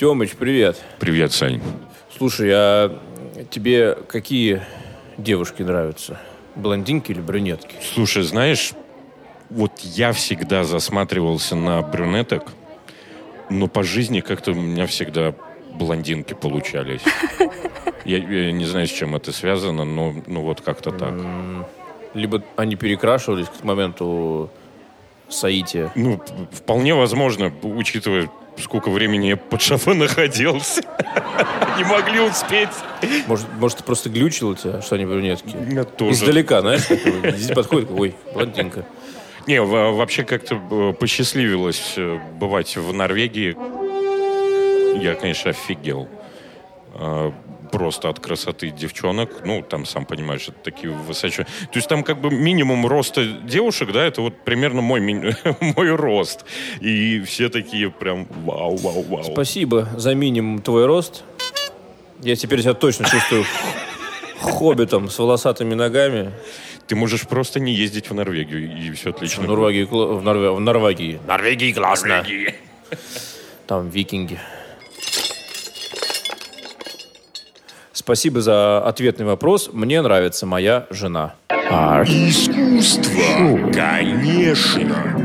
Тёмыч, привет. Привет, Сань. Слушай, а тебе какие девушки нравятся? Блондинки или брюнетки? Слушай, знаешь, вот я всегда засматривался на брюнеток, но по жизни как-то у меня всегда блондинки получались. Я не знаю, с чем это связано, но вот как-то так. Либо они перекрашивались к моменту соития. Ну, вполне возможно, учитывая, сколько времени я под шофе находился. Не могли успеть. Может, ты просто глючил у тебя, что они брюнетки? Я тоже. Издалека, знаешь, здесь подходит, ой, блондинка. Не, вообще как-то посчастливилось бывать в Норвегии. Я, конечно, офигел. Просто от красоты девчонок. Ну, там, сам понимаешь, это такие высоченные. То есть там как бы минимум роста девушек, да, это вот примерно мой рост. И все такие прям вау. Спасибо за минимум твой рост. Я теперь себя точно чувствую хоббитом с волосатыми ногами. Ты можешь просто не ездить в Норвегию, и все отлично. В Норвегии. Норвегии классно. Норвегии. Там викинги. Спасибо за ответный вопрос. Мне нравится моя жена. Искусство, конечно.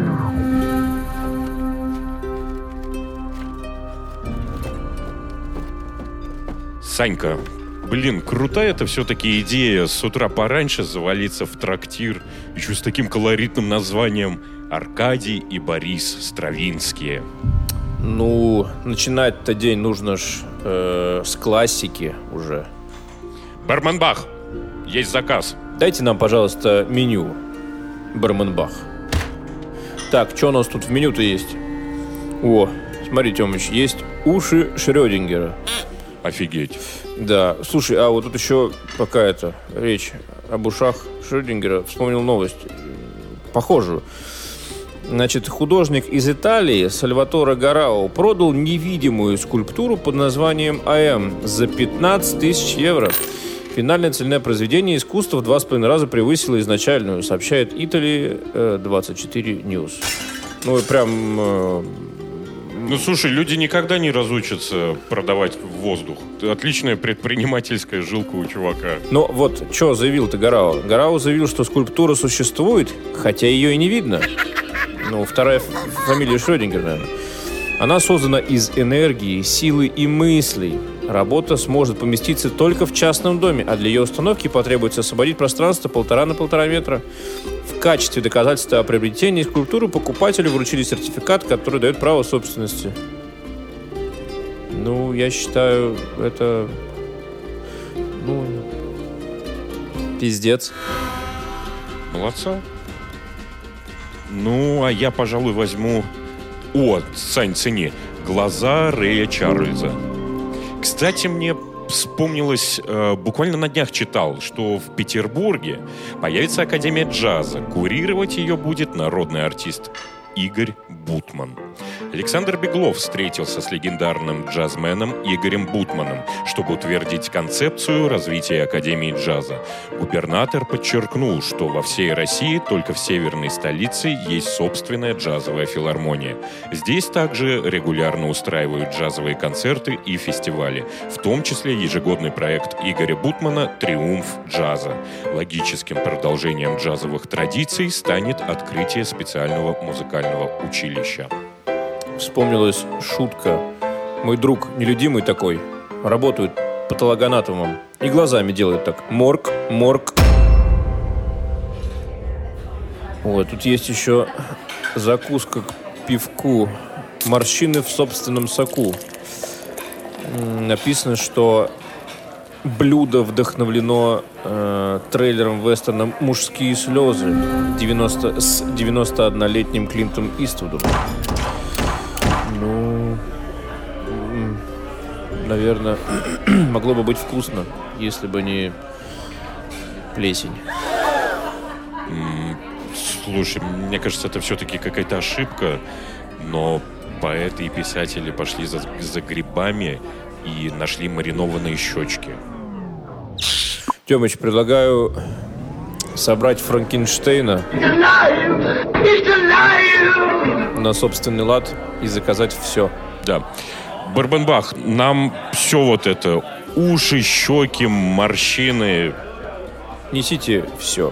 Санька, блин, крутая это все-таки идея с утра пораньше завалиться в трактир, еще с таким колоритным названием «Аркадий и Борис Стравинские». Ну, начинать-то день нужно ж с классики уже. Барменбах, есть заказ. Дайте нам, пожалуйста, меню. Барменбах. Так, что у нас тут в меню-то есть? О, смотри, Тёмыч, есть уши Шрёдингера. Офигеть. Да, слушай, а вот тут еще пока речь об ушах Шрёдингера, вспомнил новость похожую. Значит, художник из Италии Сальваторе Гарао продал невидимую скульптуру под названием АМ за 15 тысяч евро. Финальное цельное произведение искусства в 2,5 раза превысило изначальную, сообщает Italy 24 News. Ну, прям... Ну, слушай, люди никогда не разучатся продавать воздух. Отличная предпринимательская жилка у чувака. Ну, вот, что заявил-то Гарао? Гарао заявил, что скульптура существует, хотя ее и не видно. Ну, вторая фамилия Шрёдингер, наверное. Она создана из энергии, силы и мыслей. Работа сможет поместиться только в частном доме, а для ее установки потребуется освободить пространство 1,5 на 1,5 метра. В качестве доказательства о приобретении скульптуры покупателю вручили сертификат, который дает право собственности. Ну, я считаю, это... Ну, пиздец. Молодца. Ну, а я, пожалуй, возьму... О, Сань, цени. Глаза Рэя Чарльза. Кстати, мне вспомнилось, буквально на днях читал, что в Петербурге появится Академия джаза. Курировать ее будет народный артист Игорь Бутман. Александр Беглов встретился с легендарным джазменом Игорем Бутманом, чтобы утвердить концепцию развития Академии джаза. Губернатор подчеркнул, что во всей России только в северной столице есть собственная джазовая филармония. Здесь также регулярно устраивают джазовые концерты и фестивали, в том числе ежегодный проект Игоря Бутмана «Триумф джаза». Логическим продолжением джазовых традиций станет открытие специального музыкального училища. Вспомнилась шутка. Мой друг, нелюдимый такой, работает патологоанатомом и глазами делает так. Морг, морг. Ой, тут есть еще закуска к пивку. Морщины в собственном соку. Написано, что блюдо вдохновлено трейлером вестерна «Мужские слезы» с 91-летним Клинтом Иствудом. Ну, наверное, могло бы быть вкусно, если бы не плесень. Слушай, мне кажется, это все-таки какая-то ошибка, но поэты и писатели пошли за грибами и нашли маринованные щечки. Тёмыч, предлагаю собрать Франкенштейна на собственный лад и заказать все. Да. Барбенбах, нам все вот это, уши, щеки, морщины. Несите все.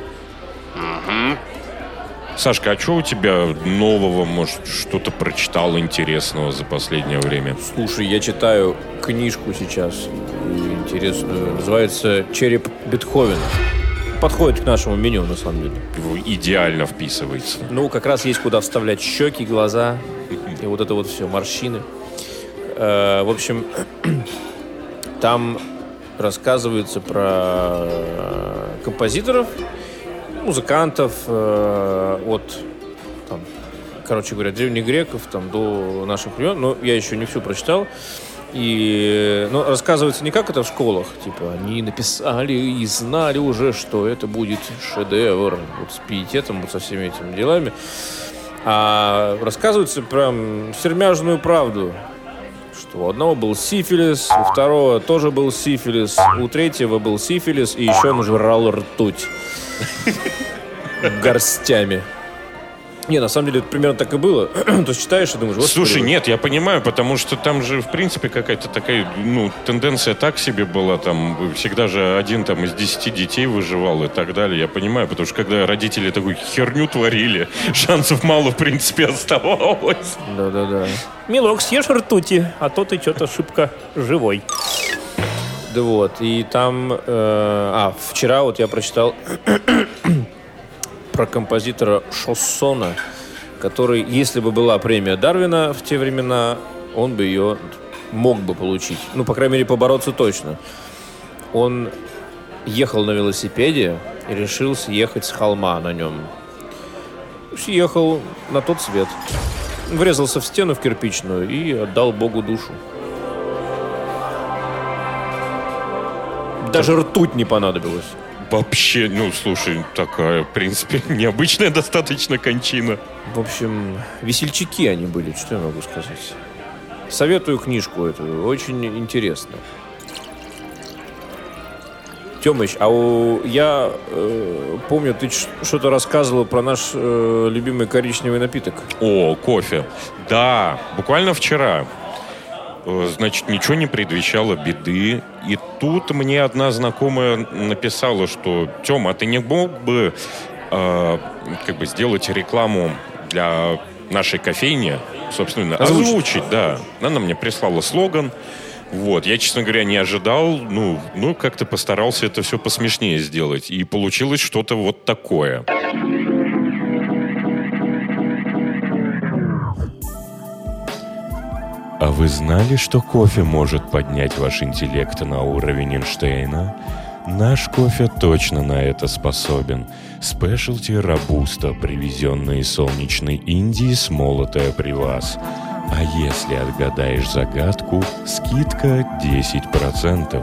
Сашка, а что у тебя нового, может, что-то прочитал интересного за последнее время? Слушай, я читаю книжку сейчас интересную. Называется «Череп Бетховена». Подходит к нашему меню, на самом деле. Идеально вписывается. Ну, как раз есть куда вставлять щеки, глаза и вот это вот все, морщины. В общем, там рассказывается про композиторов, музыкантов от, там, короче говоря, древних греков там, до наших времен. Но я еще не всю прочитал. И, ну, рассказывается не как это в школах. Типа, они написали и знали уже, что это будет шедевр. Вот с пиететом, вот со всеми этими делами. А рассказывается прям сермяжную правду. Что у одного был сифилис, у второго тоже был сифилис, у третьего был сифилис, и еще он жрал ртуть горстями. Не, на самом деле это примерно так и было. То есть читаешь и думаешь, господи. Слушай, нет, я понимаю, потому что там же, в принципе, какая-то такая, ну, тенденция так себе была, там, всегда же один там из 10 детей выживал и так далее, я понимаю, потому что когда родители такую херню творили, шансов мало, в принципе, оставалось. Да-да-да. Милок, съешь ртути, а то ты что-то шибко живой. Да вот, и там... вчера вот я прочитал... про композитора Шоссона, который, если бы была премия Дарвина в те времена, он бы ее мог бы получить. Ну, по крайней мере, побороться точно. Он ехал на велосипеде и решил съехать с холма на нем. Съехал на тот свет. Врезался в стену в кирпичную и отдал Богу душу. Даже ртуть не понадобилось. Вообще, ну, слушай, такая, в принципе, необычная достаточно кончина. В общем, весельчаки они были, что я могу сказать. Советую книжку эту, очень интересно. Тёмыч, я помню, ты что-то рассказывал про наш любимый коричневый напиток. О, кофе. Да, буквально вчера. Значит, ничего не предвещало беды. И тут мне одна знакомая написала, что Тёма, а ты не мог бы как бы сделать рекламу для нашей кофейни, собственно, озвучить, да. Она мне прислала слоган. Вот, я, честно говоря, не ожидал, ну, как-то постарался это все посмешнее сделать. И получилось что-то вот такое. А вы знали, что кофе может поднять ваш интеллект на уровень Эйнштейна? Наш кофе точно на это способен. Спешлти Робуста, привезенная из солнечной Индии, смолотая при вас. А если отгадаешь загадку, скидка 10%.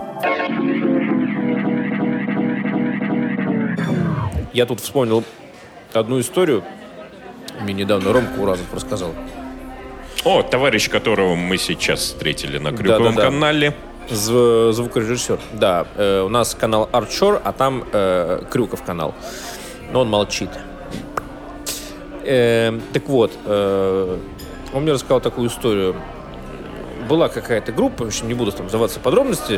Я тут вспомнил одну историю. Мне недавно Ромка Уразов рассказал. О, товарищ, которого мы сейчас встретили на Крюковом канале. Звукорежиссер. Да, у нас канал Артшор, а там Крюков канал. Но он молчит. Так вот, он мне рассказал такую историю. Была какая-то группа, в общем, не буду там вдаваться в подробности.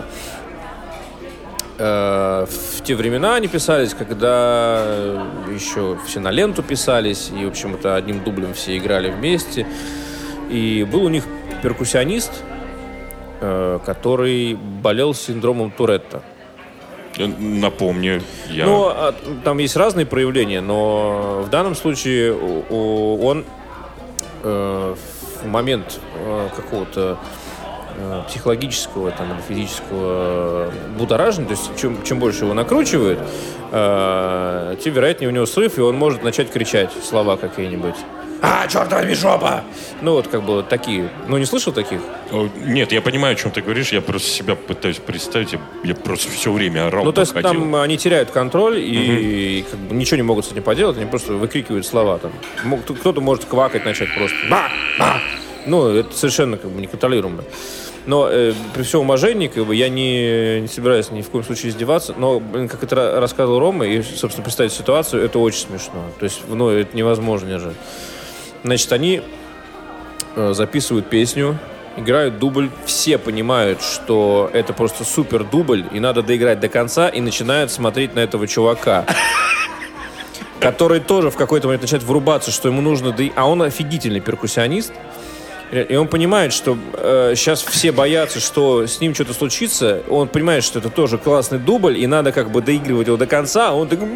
В те времена они писались, когда еще все на ленту писались, и, в общем, это одним дублем все играли вместе. И был у них перкуссионист, который болел синдромом Туретта. Напомню, я... Ну, там есть разные проявления, но в данном случае он в момент какого-то психологического там, или физического будоражения, то есть чем больше его накручивает, тем вероятнее у него срыв, и он может начать кричать слова какие-нибудь. Черт возьми, жопа! Ну, вот как бы такие. Ну, не слышал таких? Нет, я понимаю, о чем ты говоришь. Я просто себя пытаюсь представить. Я просто все время орал. Ну, то есть там они теряют контроль и как бы ничего не могут с этим поделать. Они просто выкрикивают слова. Там. Кто-то может квакать начать просто. Ну, это совершенно как бы неконтролируемо. Но при всем уважении, как бы, я не собираюсь ни в коем случае издеваться, но, как это рассказывал Рома, и, собственно, представить ситуацию, это очень смешно. То есть, ну, это невозможно же. Значит, они записывают песню, играют дубль, все понимают, что это просто супер дубль, и надо доиграть до конца, и начинают смотреть на этого чувака, который тоже в какой-то момент начинает врубаться, что ему нужно... А он офигительный перкуссионист, и он понимает, что сейчас все боятся, что с ним что-то случится. Он понимает, что это тоже классный дубль, и надо как бы доигрывать его до конца. А он такой...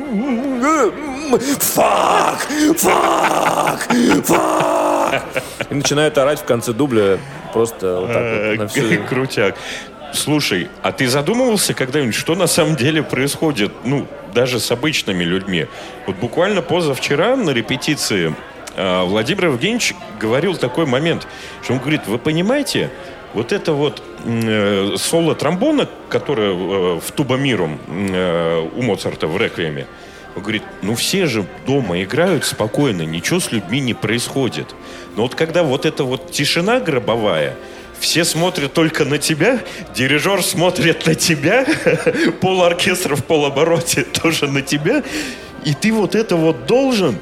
Фак! Фак! Фак! И начинает орать в конце дубля просто вот так вот на всю... Крутяк. Слушай, а ты задумывался когда-нибудь, что на самом деле происходит, ну, даже с обычными людьми? Вот буквально позавчера на репетиции Владимир Евгеньевич говорил такой момент, что он говорит, вы понимаете, вот это вот соло тромбона, которое в тубомирум у Моцарта в «Реквиеме», он говорит, ну все же дома играют спокойно, ничего с людьми не происходит. Но вот когда вот эта вот тишина гробовая, все смотрят только на тебя, дирижер смотрит на тебя, полоркестра в полобороте тоже на тебя, и ты вот это вот должен...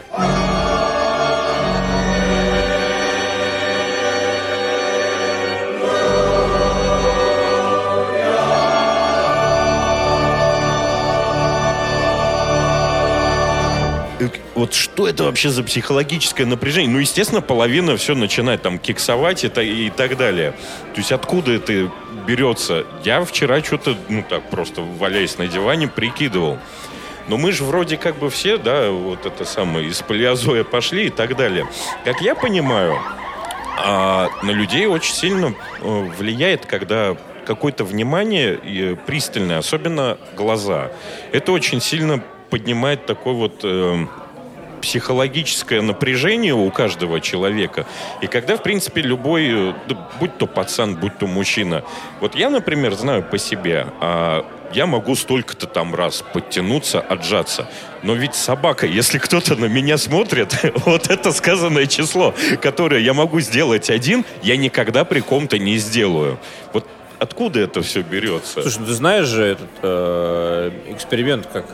Вот что это вообще за психологическое напряжение? Ну, естественно, половина все начинает там киксовать и так далее. То есть откуда это берется? Я вчера что-то, ну так, просто валяясь на диване, прикидывал. Но мы же вроде как бы все, да, вот это самое, из палеозоя пошли и так далее. Как я понимаю, на людей очень сильно влияет, когда какое-то внимание пристальное, особенно глаза. Это очень сильно поднимает такой вот... психологическое напряжение у каждого человека. И когда, в принципе, любой, будь то пацан, будь то мужчина. Вот я, например, знаю по себе, я могу столько-то там раз подтянуться, отжаться. Но ведь собака, если кто-то на меня смотрит, вот это сказанное число, которое я могу сделать один, я никогда при ком-то не сделаю. Вот откуда это все берется? Слушай, ты знаешь же этот эксперимент, как...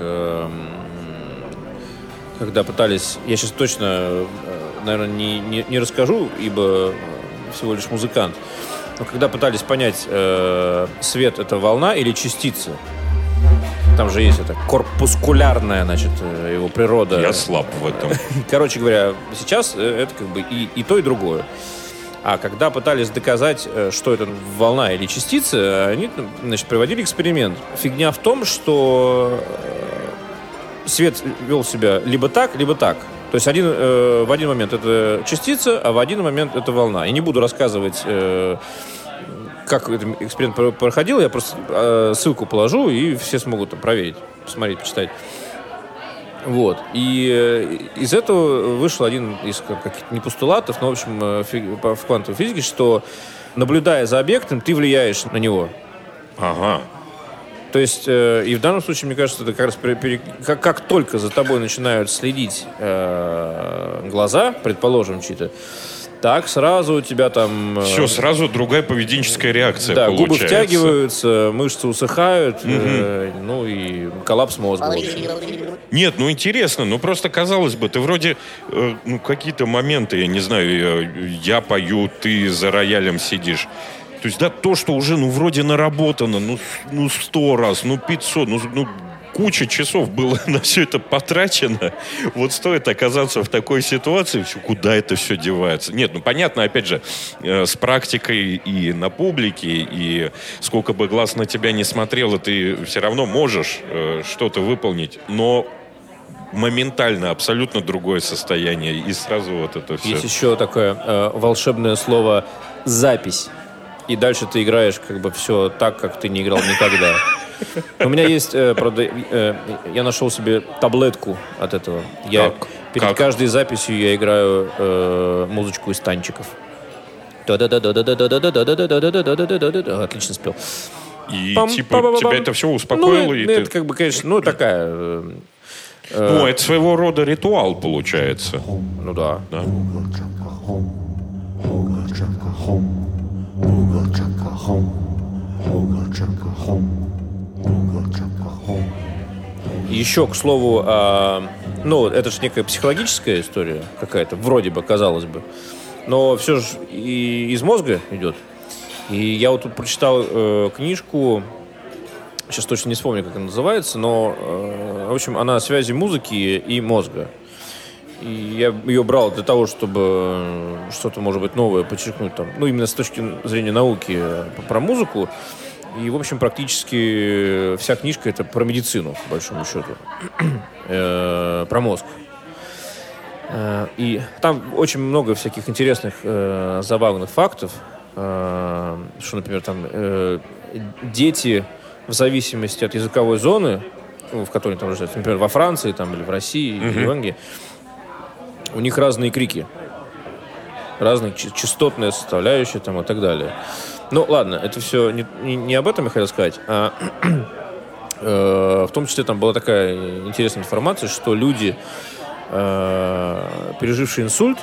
когда пытались... Я сейчас точно, наверное, не расскажу, ибо всего лишь музыкант. Но когда пытались понять, свет — это волна или частица, там же есть это корпускулярная, значит, его природа. Я слаб в этом. Короче говоря, сейчас это как бы и то, и другое. А когда пытались доказать, что это волна или частица, они, значит, проводили эксперимент. Фигня в том, что... свет вел себя либо так, либо так. То есть в один момент это частица, а в один момент это волна. И не буду рассказывать, как этот эксперимент проходил. Я просто ссылку положу, и все смогут там проверить, посмотреть, почитать. Вот. И из этого вышел один из каких-то не постулатов, но, в общем, в квантовой физике, что, наблюдая за объектом, ты влияешь на него. Ага. То есть, и в данном случае, мне кажется, это как раз как только за тобой начинают следить глаза, предположим, чьи-то, так сразу у тебя там... Все, сразу другая поведенческая реакция, да, получается. Губы втягиваются, мышцы усыхают, ну и коллапс мозга. Нет, ну интересно, ну просто казалось бы, ты вроде, ну какие-то моменты, я не знаю, я пою, ты за роялем сидишь. То есть, да, то, что уже, ну, вроде наработано, ну 100 раз, ну, 500, ну, куча часов было на все это потрачено. Вот стоит оказаться в такой ситуации, все, куда это все девается? Нет, ну, понятно, опять же, с практикой и на публике, и сколько бы глаз на тебя не смотрело, ты все равно можешь что-то выполнить, но моментально абсолютно другое состояние, и сразу вот это все. Есть еще такое волшебное слово «запись». И дальше ты играешь как бы все так, как ты не играл никогда. У меня есть, правда, я нашел себе таблетку от этого. Перед каждой записью я играю музычку из танчиков. Отлично спел. И типа тебя это все успокоило? Ну, это как бы, конечно, ну такая... Ну, это своего рода ритуал получается. Ну да. Еще, к слову, ну, это же некая психологическая история какая-то, вроде бы, казалось бы. Но все же и из мозга идет. И я вот тут прочитал книжку, сейчас точно не вспомню, как она называется, но, в общем, она о связи музыки и мозга. И я ее брал для того, чтобы что-то, может быть, новое подчеркнуть там, ну, именно с точки зрения науки про музыку. И, в общем, практически вся книжка — это про медицину, по большому счету, про мозг. И там очень много всяких интересных, забавных фактов, что, например, там дети в зависимости от языковой зоны, в которой там рождаются, например, во Франции там, или в России, или в Англии, у них разные крики, разные частотная составляющая там, и так далее. Ну, ладно, это все не об этом я хотел сказать, а в том числе там была такая интересная информация, что люди, пережившие инсульт,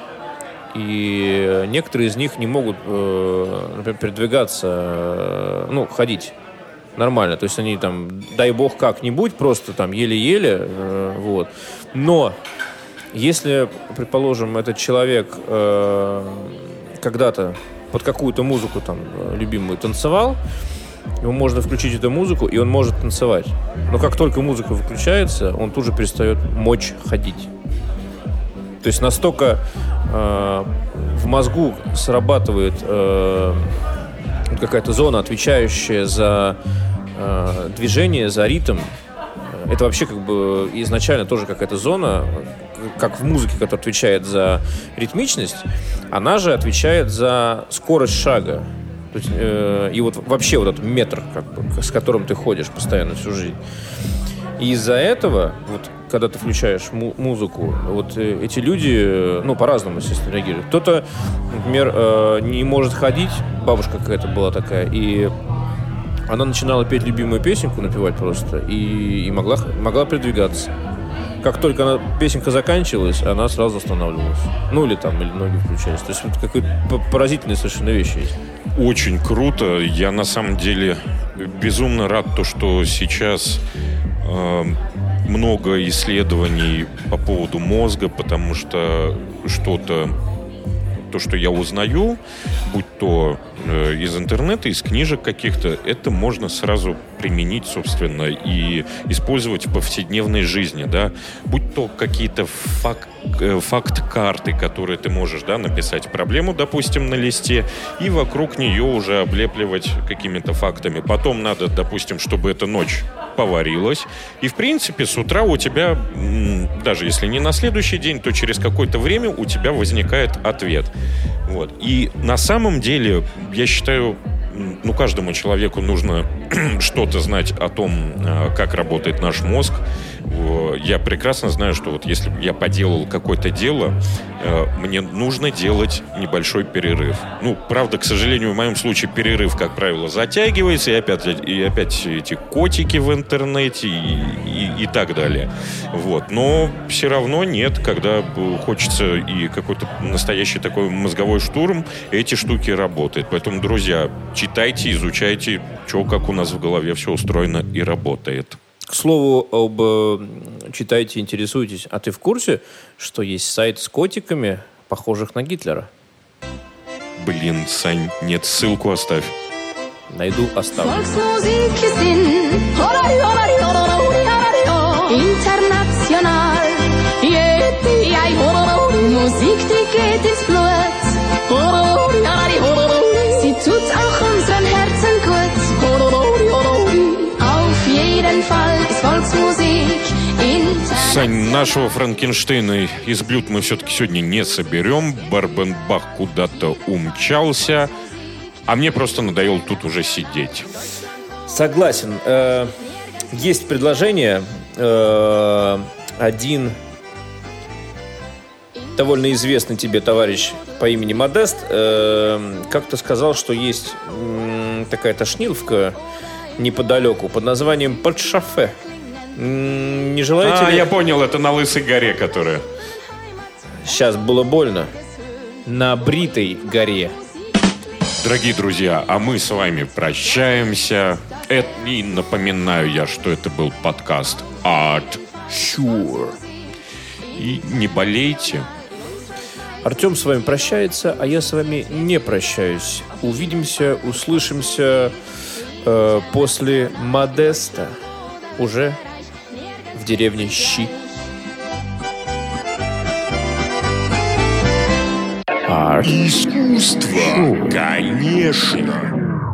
и некоторые из них не могут, например, передвигаться, ну, ходить нормально. То есть они там, дай бог, как-нибудь, просто там еле-еле, вот. Но если, предположим, этот человек когда-то под какую-то музыку там любимую танцевал, ему можно включить эту музыку, и он может танцевать. Но как только музыка выключается, он тут же перестает мочь ходить. То есть настолько в мозгу срабатывает какая-то зона, отвечающая за движение, за ритм. Это вообще как бы изначально тоже какая-то зона, как в музыке, которая отвечает за ритмичность, она же отвечает за скорость шага. То есть, и вот вообще вот этот метр, как бы, с которым ты ходишь постоянно всю жизнь. И из-за этого, вот, когда ты включаешь музыку, вот эти люди, ну, по-разному, естественно, реагируют. Кто-то, например, не может ходить, бабушка какая-то была такая, и она начинала петь любимую песенку, напевать просто, и могла передвигаться. Как только песенка заканчивалась, она сразу останавливалась. Ну, или ноги включались. То есть вот какие-то поразительные совершенно вещи есть. Очень круто. Я на самом деле безумно рад, что сейчас много исследований по поводу мозга, потому что то, что я узнаю, будь то из интернета, из книжек каких-то, это можно сразу применить, собственно, и использовать в повседневной жизни, да, будь то какие-то факт-карты, которые ты можешь, да, написать проблему, допустим, на листе, и вокруг нее уже облепливать какими-то фактами. Потом надо, допустим, чтобы эта ночь поварилась, и, в принципе, с утра у тебя, даже если не на следующий день, то через какое-то время у тебя возникает ответ. Вот. И на самом деле, я считаю, каждому человеку нужно что-то знать о том, как работает наш мозг. Я прекрасно знаю, что вот если я поделал какое-то дело, мне нужно делать небольшой перерыв. Правда, к сожалению, в моем случае перерыв, как правило, затягивается, и опять эти котики в интернете и так далее. Вот. Но все равно нет, когда хочется и какой-то настоящий такой мозговой штурм, эти штуки работают. Поэтому, друзья, читайте, изучайте, как у нас в голове все устроено и работает. К слову, читайте, интересуйтесь. А ты в курсе, что есть сайт с котиками, похожих на Гитлера? Блин, Сань, нет, ссылку оставь. Найду, оставлю. Сань, нашего Франкенштейна из блюд мы все-таки сегодня не соберем. Барбенбах куда-то умчался. А мне просто надоело тут уже сидеть. Согласен. Есть предложение. Один довольно известный тебе товарищ по имени Модест как-то сказал, что есть такая тошниловка неподалеку под названием Подшофе. Не желаете ли... я понял, это на Лысой горе, которая... Сейчас было больно. На Бритой горе. Дорогие друзья, а мы с вами прощаемся. И напоминаю я, что это был подкаст Art Sure. И не болейте. Артем с вами прощается, а я с вами не прощаюсь. Увидимся, услышимся после Модеста уже в деревне Щи. Искусство, конечно.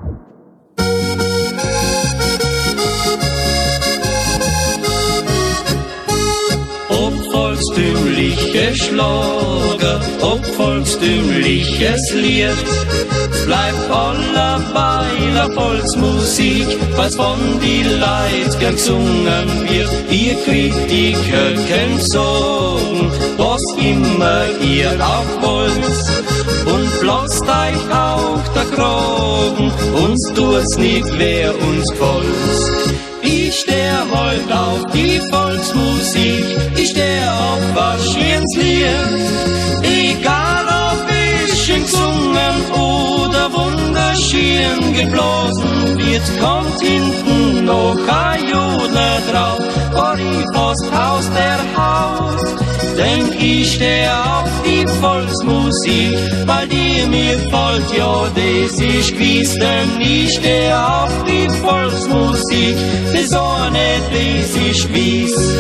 Volkstümliche Schlager, ob volkstümliches Lied. Es bleibt allerweil Volksmusik, was von die Leid gern gesungen wird. Ihr kriegt die Köcken zogen, was immer ihr auch wollt. Und bloßt euch auch der Krogen, uns tut's nicht, wer uns gefällt. Ich steh heut auf die Volksmusik, ich steh auf was schönes Lied. Egal ob bisschen gesungen oder wunderschön geblasen wird, kommt hinten noch ein Jodler drauf, Orifos Haus der Haut. Denn ich steh auf die Volksmusik, weil die mir gefällt, ja, das ist gewiss. Denn ich steh auf die Volksmusik, das auch nicht, das ist gewiss.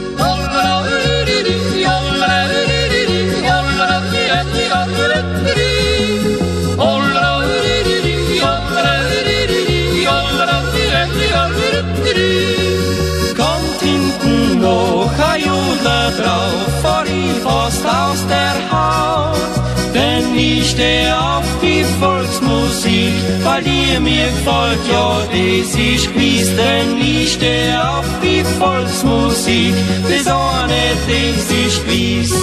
Kommt hinten noch ein Jodler drauf, vor ich fast aus der Haut. Denn ich steh auf die Volksmusik, weil die mir gefällt, ja, das ist gewiss. Denn ich steh auf die Volksmusik, das auch nicht, das ist gewiss.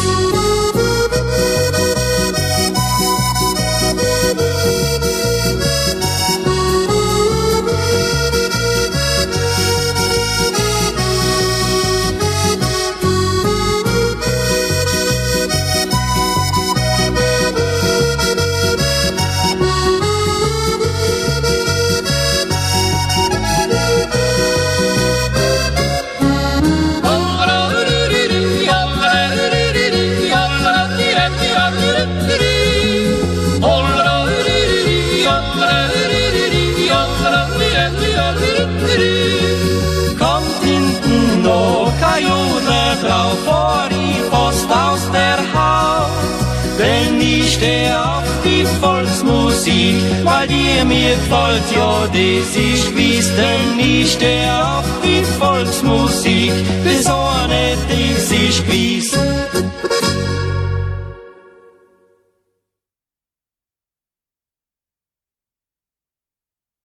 Kommt hinten noch ein Jodler drauf, vor ich fast aus der Haut. Denn ich steh auf die Volksmusik, weil die mir gefällt, ja, das ist gewiss. Denn ich steh auf die Volksmusik, das auch nicht, das ist gewiss.